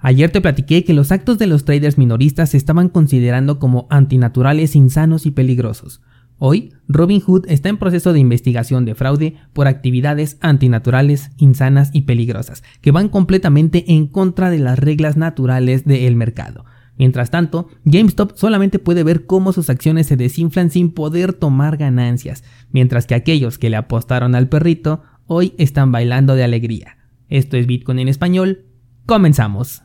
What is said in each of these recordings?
Ayer te platiqué que los actos de los traders minoristas se estaban considerando como antinaturales, insanos y peligrosos. Hoy, Robinhood está en proceso de investigación de fraude por actividades antinaturales, insanas y peligrosas, que van completamente en contra de las reglas naturales del mercado. Mientras tanto, GameStop solamente puede ver cómo sus acciones se desinflan sin poder tomar ganancias, mientras que aquellos que le apostaron al perrito hoy están bailando de alegría. Esto es Bitcoin en español. Comenzamos.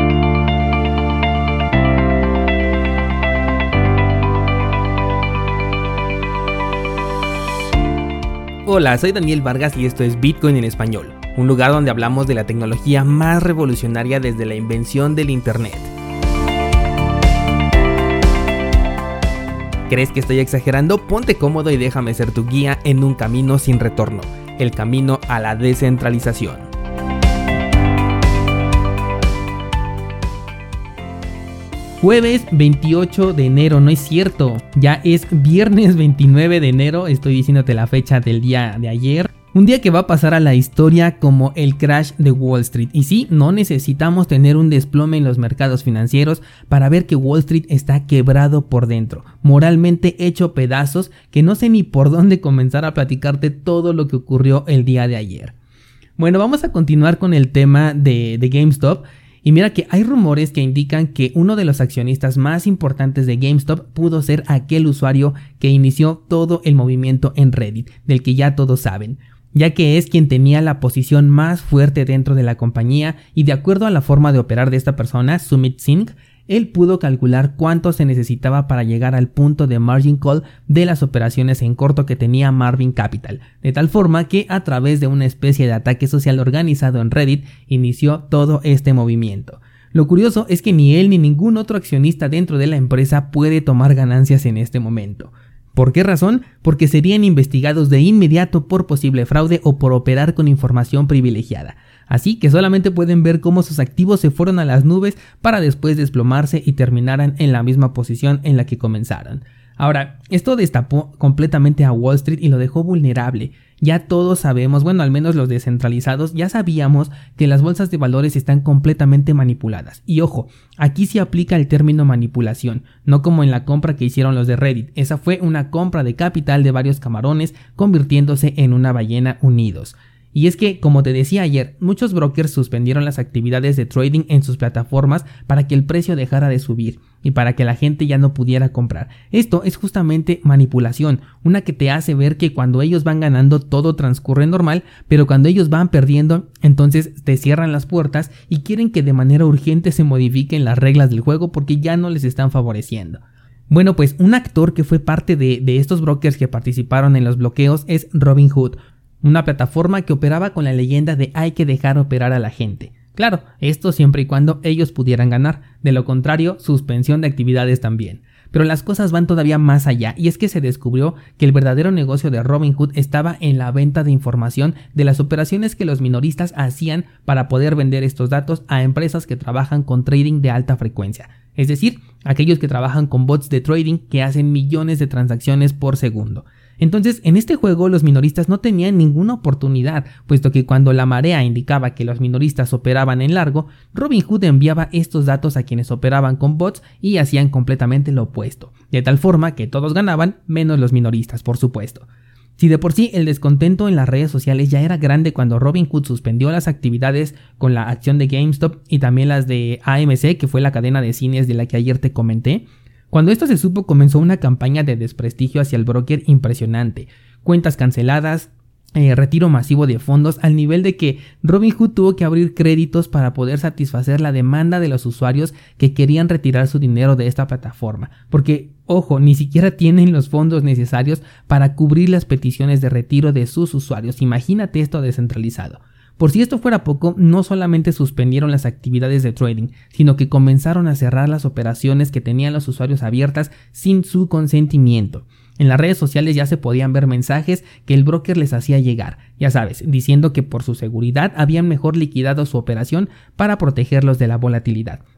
Hola, soy Daniel Vargas y esto es Bitcoin en español, un lugar donde hablamos de la tecnología más revolucionaria desde la invención del Internet. ¿Crees que estoy exagerando? Ponte cómodo y déjame ser tu guía en un camino sin retorno, el camino a la descentralización. Jueves 28 de enero, no es cierto, ya es viernes 29 de enero, estoy diciéndote la fecha del día de ayer. Un día que va a pasar a la historia como el crash de Wall Street. Y sí, no necesitamos tener un desplome en los mercados financieros para ver que Wall Street está quebrado por dentro, moralmente hecho pedazos, que no sé ni por dónde comenzar a platicarte todo lo que ocurrió el día de ayer. Bueno, vamos a continuar con el tema de GameStop. Y mira que hay rumores que indican que uno de los accionistas más importantes de GameStop pudo ser aquel usuario que inició todo el movimiento en Reddit, del que ya todos saben, ya que es quien tenía la posición más fuerte dentro de la compañía y de acuerdo a la forma de operar de esta persona, Sumit Singh, él pudo calcular cuánto se necesitaba para llegar al punto de margin call de las operaciones en corto que tenía Marvin Capital, de tal forma que a través de una especie de ataque social organizado en Reddit inició todo este movimiento. Lo curioso es que ni él ni ningún otro accionista dentro de la empresa puede tomar ganancias en este momento. ¿Por qué razón? Porque serían investigados de inmediato por posible fraude o por operar con información privilegiada. Así que solamente pueden ver cómo sus activos se fueron a las nubes para después desplomarse y terminaran en la misma posición en la que comenzaron. Ahora, esto destapó completamente a Wall Street y lo dejó vulnerable. Ya todos sabemos, bueno, al menos los descentralizados, ya sabíamos que las bolsas de valores están completamente manipuladas. Y ojo, aquí sí aplica el término manipulación, no como en la compra que hicieron los de Reddit. Esa fue una compra de capital de varios camarones convirtiéndose en una ballena unidos. Y es que, como te decía ayer, muchos brokers suspendieron las actividades de trading en sus plataformas para que el precio dejara de subir y para que la gente ya no pudiera comprar. Esto es justamente manipulación, una que te hace ver que cuando ellos van ganando todo transcurre normal, pero cuando ellos van perdiendo, entonces te cierran las puertas y quieren que de manera urgente se modifiquen las reglas del juego porque ya no les están favoreciendo. Bueno, pues un actor que fue parte de estos brokers que participaron en los bloqueos es Robinhood, una plataforma que operaba con la leyenda de hay que dejar operar a la gente. Claro, esto siempre y cuando ellos pudieran ganar, de lo contrario, suspensión de actividades también. Pero las cosas van todavía más allá y es que se descubrió que el verdadero negocio de Robinhood estaba en la venta de información de las operaciones que los minoristas hacían para poder vender estos datos a empresas que trabajan con trading de alta frecuencia. Es decir, aquellos que trabajan con bots de trading que hacen millones de transacciones por segundo. Entonces, en este juego los minoristas no tenían ninguna oportunidad, puesto que cuando la marea indicaba que los minoristas operaban en largo, Robinhood enviaba estos datos a quienes operaban con bots y hacían completamente lo opuesto, de tal forma que todos ganaban, menos los minoristas, por supuesto. Si de por sí el descontento en las redes sociales ya era grande cuando Robinhood suspendió las actividades con la acción de GameStop y también las de AMC, que fue la cadena de cines de la que ayer te comenté, cuando esto se supo comenzó una campaña de desprestigio hacia el broker impresionante, cuentas canceladas, retiro masivo de fondos al nivel de que Robinhood tuvo que abrir créditos para poder satisfacer la demanda de los usuarios que querían retirar su dinero de esta plataforma, porque, ojo, ni siquiera tienen los fondos necesarios para cubrir las peticiones de retiro de sus usuarios. Imagínate esto descentralizado. Por si esto fuera poco, no solamente suspendieron las actividades de trading, sino que comenzaron a cerrar las operaciones que tenían los usuarios abiertas sin su consentimiento. En las redes sociales ya se podían ver mensajes que el broker les hacía llegar, ya sabes, diciendo que por su seguridad habían mejor liquidado su operación para protegerlos de la volatilidad.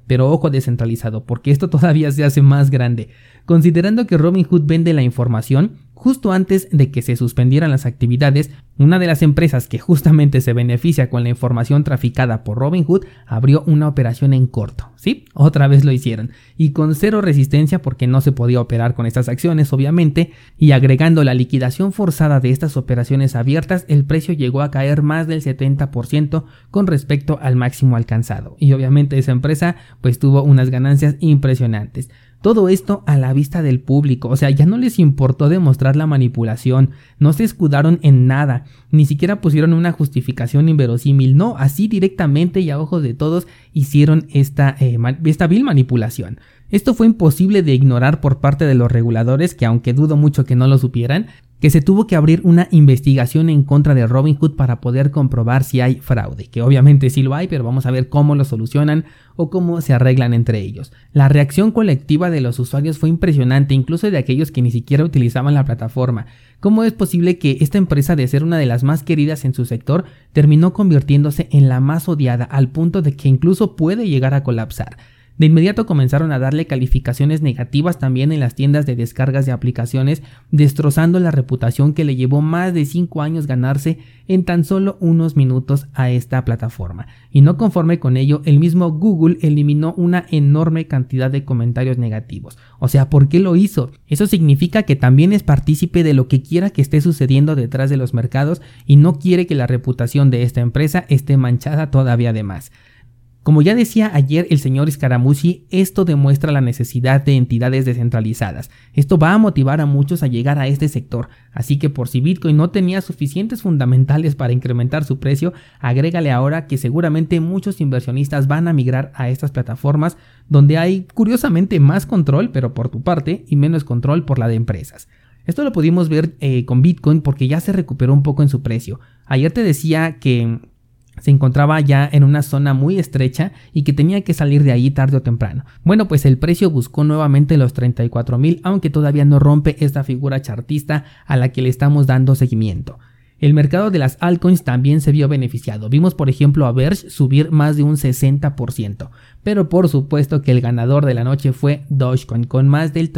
pero ojo descentralizado, porque esto todavía se hace más grande. Considerando que Robinhood vende la información, justo antes de que se suspendieran las actividades, una de las empresas que justamente se beneficia con la información traficada por Robinhood abrió una operación en corto. Sí, otra vez lo hicieron, y con cero resistencia porque no se podía operar con estas acciones obviamente, y agregando la liquidación forzada de estas operaciones abiertas, el precio llegó a caer más del 70% con respecto al máximo alcanzado, y obviamente esa empresa pues tuvo unas ganancias impresionantes. Todo esto a la vista del público, o sea, ya no les importó demostrar la manipulación, no se escudaron en nada, ni siquiera pusieron una justificación inverosímil, no, así directamente y a ojos de todos hicieron esta vil manipulación. Esto fue imposible de ignorar por parte de los reguladores, que aunque dudo mucho que no lo supieran, que se tuvo que abrir una investigación en contra de Robinhood para poder comprobar si hay fraude, que obviamente sí lo hay, pero vamos a ver cómo lo solucionan o cómo se arreglan entre ellos. La reacción colectiva de los usuarios fue impresionante, incluso de aquellos que ni siquiera utilizaban la plataforma. ¿Cómo es posible que esta empresa, de ser una de las más queridas en su sector, terminó convirtiéndose en la más odiada al punto de que incluso puede llegar a colapsar? De inmediato comenzaron a darle calificaciones negativas también en las tiendas de descargas de aplicaciones, destrozando la reputación que le llevó más de 5 años ganarse en tan solo unos minutos a esta plataforma. Y no conforme con ello, el mismo Google eliminó una enorme cantidad de comentarios negativos. O sea, ¿por qué lo hizo? Eso significa que también es partícipe de lo que quiera que esté sucediendo detrás de los mercados y no quiere que la reputación de esta empresa esté manchada todavía de más. Como ya decía ayer el señor Scaramucci, esto demuestra la necesidad de entidades descentralizadas. Esto va a motivar a muchos a llegar a este sector, así que por si Bitcoin no tenía suficientes fundamentales para incrementar su precio, agrégale ahora que seguramente muchos inversionistas van a migrar a estas plataformas donde hay curiosamente más control, pero por tu parte, y menos control por la de empresas. Esto lo pudimos ver con Bitcoin porque ya se recuperó un poco en su precio. Ayer te decía que se encontraba ya en una zona muy estrecha y que tenía que salir de ahí tarde o temprano. Bueno, pues el precio buscó nuevamente los 34,000, aunque todavía no rompe esta figura chartista a la que le estamos dando seguimiento. El mercado de las altcoins también se vio beneficiado. Vimos por ejemplo a Verge subir más de un 60%, pero por supuesto que el ganador de la noche fue Dogecoin, con más del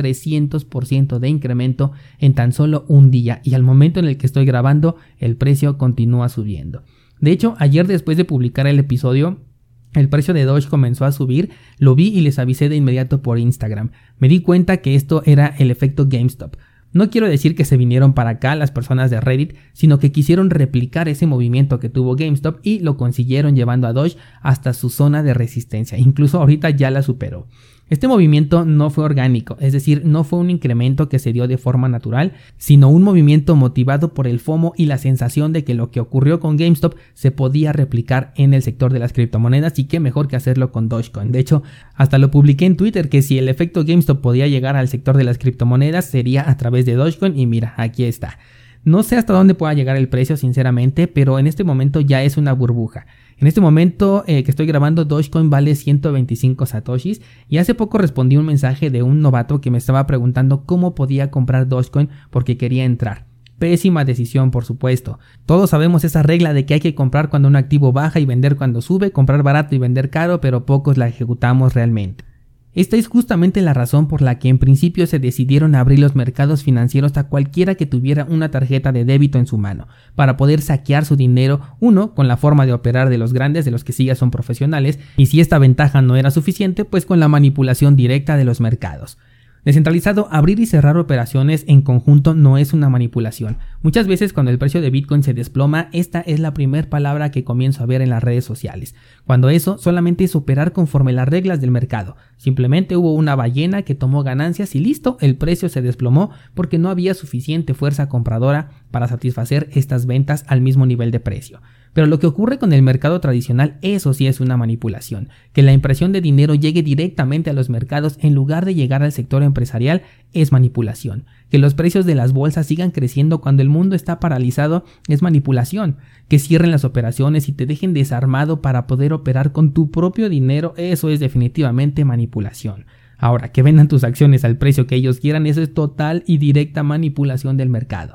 300% de incremento en tan solo un día, y al momento en el que estoy grabando el precio continúa subiendo. De hecho, ayer después de publicar el episodio, el precio de Doge comenzó a subir, lo vi y les avisé de inmediato por Instagram. Me di cuenta que esto era el efecto GameStop. No quiero decir que se vinieron para acá las personas de Reddit, sino que quisieron replicar ese movimiento que tuvo GameStop y lo consiguieron llevando a Doge hasta su zona de resistencia. Incluso ahorita ya la superó. Este movimiento no fue orgánico, es decir, no fue un incremento que se dio de forma natural, sino un movimiento motivado por el FOMO y la sensación de que lo que ocurrió con GameStop se podía replicar en el sector de las criptomonedas, y qué mejor que hacerlo con Dogecoin. De hecho, hasta lo publiqué en Twitter que si el efecto GameStop podía llegar al sector de las criptomonedas sería a través de Dogecoin, y mira, aquí está. No sé hasta dónde pueda llegar el precio sinceramente, pero en este momento ya es una burbuja. En este momento que estoy grabando, Dogecoin vale 125 satoshis, y hace poco respondí un mensaje de un novato que me estaba preguntando cómo podía comprar Dogecoin porque quería entrar. Pésima decisión, por supuesto. Todos sabemos esa regla de que hay que comprar cuando un activo baja y vender cuando sube, comprar barato y vender caro, pero pocos la ejecutamos realmente. Esta es justamente la razón por la que en principio se decidieron abrir los mercados financieros a cualquiera que tuviera una tarjeta de débito en su mano, para poder saquear su dinero, uno, con la forma de operar de los grandes, de los que sí ya son profesionales, y si esta ventaja no era suficiente, pues con la manipulación directa de los mercados. Descentralizado, abrir y cerrar operaciones en conjunto no es una manipulación. Muchas veces cuando el precio de Bitcoin se desploma, esta es la primera palabra que comienzo a ver en las redes sociales. Cuando eso solamente es operar conforme las reglas del mercado. Simplemente hubo una ballena que tomó ganancias y listo, el precio se desplomó porque no había suficiente fuerza compradora para satisfacer estas ventas al mismo nivel de precio. Pero lo que ocurre con el mercado tradicional, eso sí es una manipulación. Que la impresión de dinero llegue directamente a los mercados en lugar de llegar al sector empresarial es manipulación. Que los precios de las bolsas sigan creciendo cuando el mundo está paralizado es manipulación. Que cierren las operaciones y te dejen desarmado para poder operar con tu propio dinero, eso es definitivamente manipulación. Ahora, que vendan tus acciones al precio que ellos quieran, eso es total y directa manipulación del mercado.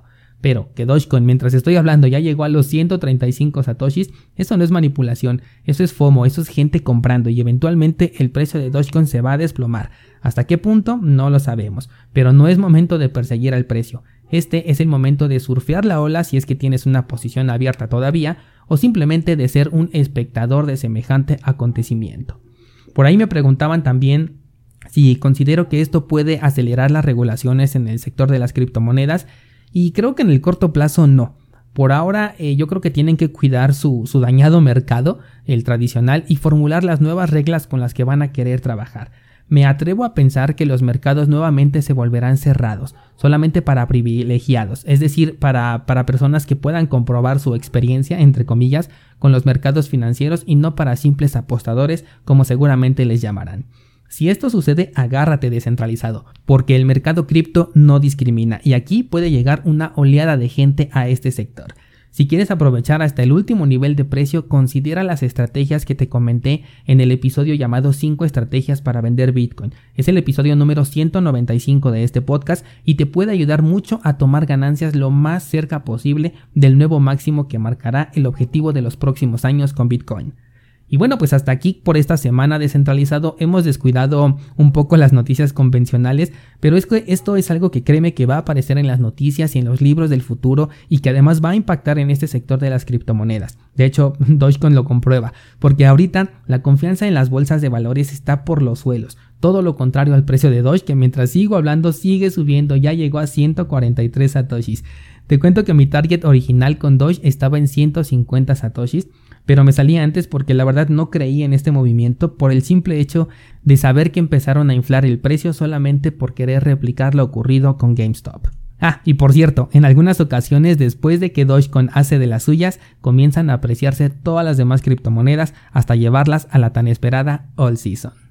Pero que Dogecoin, mientras estoy hablando, ya llegó a los 135 satoshis, eso no es manipulación, eso es FOMO, eso es gente comprando y eventualmente el precio de Dogecoin se va a desplomar. ¿Hasta qué punto? No lo sabemos, pero no es momento de perseguir al precio. Este es el momento de surfear la ola si es que tienes una posición abierta todavía o simplemente de ser un espectador de semejante acontecimiento. Por ahí me preguntaban también si considero que esto puede acelerar las regulaciones en el sector de las criptomonedas. Y creo que en el corto plazo no. Por ahora yo creo que tienen que cuidar su dañado mercado, el tradicional, y formular las nuevas reglas con las que van a querer trabajar. Me atrevo a pensar que los mercados nuevamente se volverán cerrados, solamente para privilegiados, es decir, para personas que puedan comprobar su experiencia, entre comillas, con los mercados financieros y no para simples apostadores, como seguramente les llamarán. Si esto sucede, agárrate descentralizado, porque el mercado cripto no discrimina y aquí puede llegar una oleada de gente a este sector. Si quieres aprovechar hasta el último nivel de precio, considera las estrategias que te comenté en el episodio llamado 5 estrategias para vender Bitcoin. Es el episodio número 195 de este podcast y te puede ayudar mucho a tomar ganancias lo más cerca posible del nuevo máximo que marcará el objetivo de los próximos años con Bitcoin. Y bueno, pues hasta aquí por esta semana descentralizado. Hemos descuidado un poco las noticias convencionales, pero es que esto es algo que créeme que va a aparecer en las noticias y en los libros del futuro y que además va a impactar en este sector de las criptomonedas. De hecho, Dogecoin lo comprueba, porque ahorita la confianza en las bolsas de valores está por los suelos. Todo lo contrario al precio de Doge, que mientras sigo hablando sigue subiendo, ya llegó a 143 satoshis. Te cuento que mi target original con Doge estaba en 150 satoshis, pero me salí antes porque la verdad no creí en este movimiento por el simple hecho de saber que empezaron a inflar el precio solamente por querer replicar lo ocurrido con GameStop. Y por cierto, en algunas ocasiones después de que Dogecoin hace de las suyas, comienzan a apreciarse todas las demás criptomonedas hasta llevarlas a la tan esperada all season.